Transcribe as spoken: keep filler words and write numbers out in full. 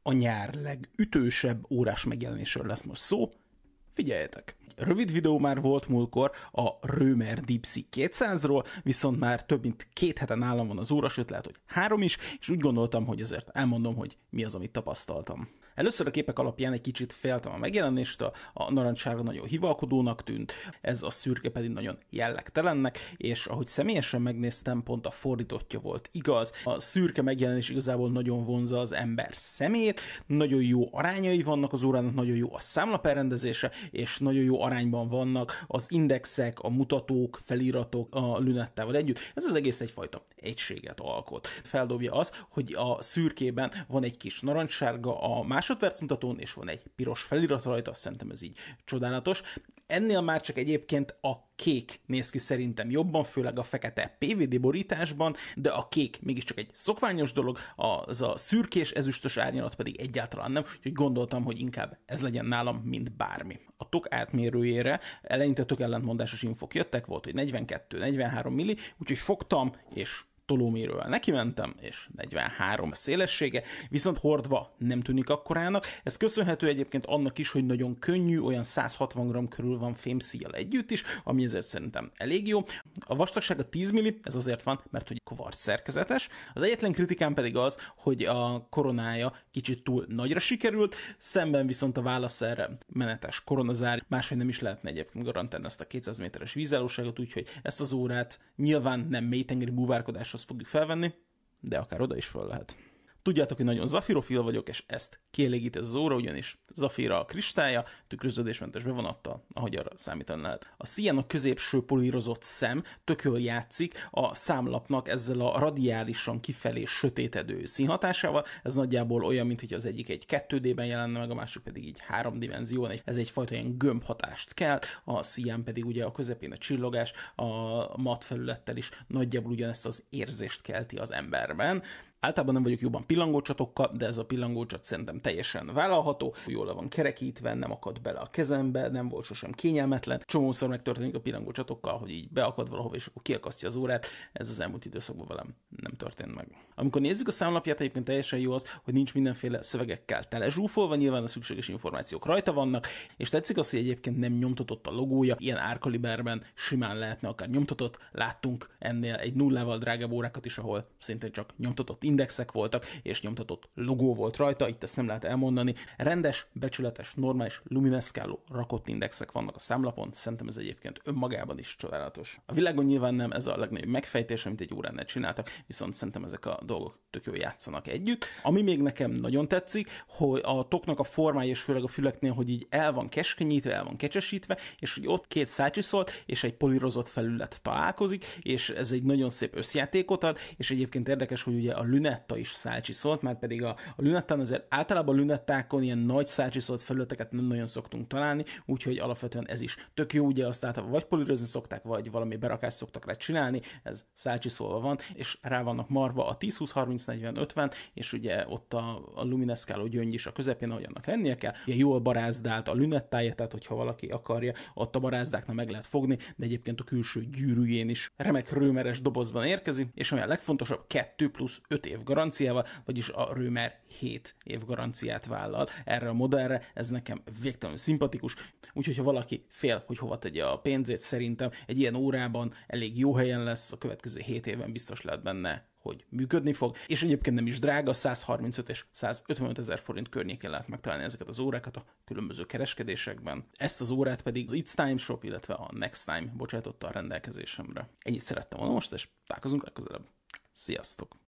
A nyár legütősebb órás megjelenésről lesz most szó, figyeljetek! Rövid videó már volt múltkor a Römer Deep-Sea kétszázról, viszont már több mint két hete nálam van az óra, sőt lehet, hogy három is, és úgy gondoltam, hogy azért elmondom, hogy mi az, amit tapasztaltam. Először a képek alapján egy kicsit féltem a megjelenést, a, a narancssárga nagyon hivalkodónak tűnt, ez a szürke pedig nagyon jellegtelennek, és ahogy személyesen megnéztem, pont a fordítottja volt igaz. A szürke megjelenés igazából nagyon vonzza az ember szemét, nagyon jó arányai vannak az órának, nagyon jó a számlaperrendezése, és nagyon jó arányban vannak az indexek, a mutatók, feliratok a lünettával együtt. Ez az egész egyfajta egységet alkot. Feldobja az, hogy a szürkében van egy kis narancssárga a másodpercmutatón, és van egy piros felirat rajta, szerintem ez így csodálatos. Ennél már csak egyébként a kék néz ki szerintem jobban, főleg a fekete pé vé dé borításban, de a kék mégiscsak egy szokványos dolog, az a szürkés ezüstös árnyalat pedig egyáltalán nem, úgyhogy gondoltam, hogy inkább ez legyen nálam, mint bármi. A tok átmérőjére eleinte tök ellentmondásos infok jöttek, volt, hogy negyvenkettő negyvenhárom milli, úgyhogy fogtam, és tolómérővel nekimentem, és negyvenhárom a szélessége, viszont hordva nem tűnik akkorának. Ez köszönhető egyébként annak is, hogy nagyon könnyű, olyan száz hatvan gramm körül van fémszíjjal együtt is, ami ezért szerintem elég jó. A vastagsága tíz milli, ez azért van, mert hogy kvarc szerkezetes. Az egyetlen kritikám pedig az, hogy a koronája kicsit túl nagyra sikerült, szemben viszont a válasz erre menetes koronazár, máshogy nem is lehetne egyébként garantálni ezt a kétszáz méteres vízállóságot, úgyhogy ezt az órát nyilván nem mélytengeri búvárkodáshoz fogjuk felvenni, de akár oda is föl lehet. Tudjátok, hogy nagyon zafirofil vagyok, és ezt kielégít ez az óra, ugyanis zafira a kristálya, tükröződésmentes bevonattal, ahogy arra számítani lehet. A szíján a középső polírozott szem tök jól játszik a számlapnak ezzel a radiálisan kifelé sötétedő színhatásával. Ez nagyjából olyan, mint hogy az egyik egy kettő dében jelenne meg, a másik pedig így három dimenzióban. Ez egyfajta ilyen gömbhatást kell, a szíján pedig ugye a közepén a csillogás, a mat felülettel is nagyjából ugyanezt az érzést kelti az emberben. Általában nem vagyok jobban pillangócsatokkal, de ez a pillangócsat szerintem teljesen vállalható, jól le van kerekítve, nem akad bele a kezembe, nem volt sosem kényelmetlen. Csomószor megtörténik a pillangócsatokkal, hogy így beakad valahova, és akkor kiakasztja az órát. Ez az elmúlt időszakban velem nem történt meg. Amikor nézzük a számlapját, egyébként teljesen jó az, hogy nincs mindenféle szövegekkel telezsúfolva, nyilván a szükséges információk rajta vannak, és tetszik az, hogy egyébként nem nyomtatott a logója, ilyen árkaliberben simán lehetne akár nyomtatott. Láttunk ennél egy nullával drágább órákat is, ahol szintén csak nyomtatott indexek voltak, és nyomtatott logó volt rajta, itt ezt nem lehet elmondani. Rendes, becsületes, normális, lumineszkáló, rakott indexek vannak a számlapon, szerintem ez egyébként önmagában is csodálatos. A világon nyilván nem ez a legnagyobb megfejtés, amit egy óránál csináltak, viszont szerintem ezek a dolgok tök jól játszanak együtt. Ami még nekem nagyon tetszik, hogy a toknak a formája, és főleg a füleknél, hogy így el van keskenyítve, el van kecsesítve, és hogy ott két szájcsiszolt és egy polírozott felület találkozik, és ez egy nagyon szép összjátékot ad, és egyébként érdekes, hogy ugye a lünetta is szálcsiszolt, már pedig a, a lünettán azért általában a lünettákon ilyen nagy szálcsiszolt felületeket nem nagyon szoktunk találni, úgyhogy alapvetően ez is tök jó, ugye azt általában vagy polírozni szokták, vagy valami berakást szoktak rá csinálni, ez szálcsiszolva van, és rá vannak marva a tíz húsz harminc negyven ötven, és ugye ott a, a lumineszkáló gyöngy is a közepén, ahogy annak lennie kell. Ugye jól barázdált a lünettája, tehát hogyha valaki akarja, ott a barázdáknál meg lehet fogni, de egyébként a külső gyűrűjén is remek römeres dobozban érkezik, és olyan legfontosabb kettő plusz öt év garanciával, vagyis a Römer hét év garanciát vállal erre a modellre, ez nekem végtelenül szimpatikus, úgyhogy ha valaki fél, hogy hova tegye a pénzét, szerintem egy ilyen órában elég jó helyen lesz, a következő hét évben biztos lehet benne, hogy működni fog, és egyébként nem is drága, száz harmincöt és száz ötvenöt ezer forint környékén lehet megtalálni ezeket az órákat a különböző kereskedésekben. Ezt az órát pedig az It's Time Shop, illetve a Next Time bocsátotta a rendelkezésemre. Ennyit szerettem volna most, és találkozunk legközelebb. Sziasztok!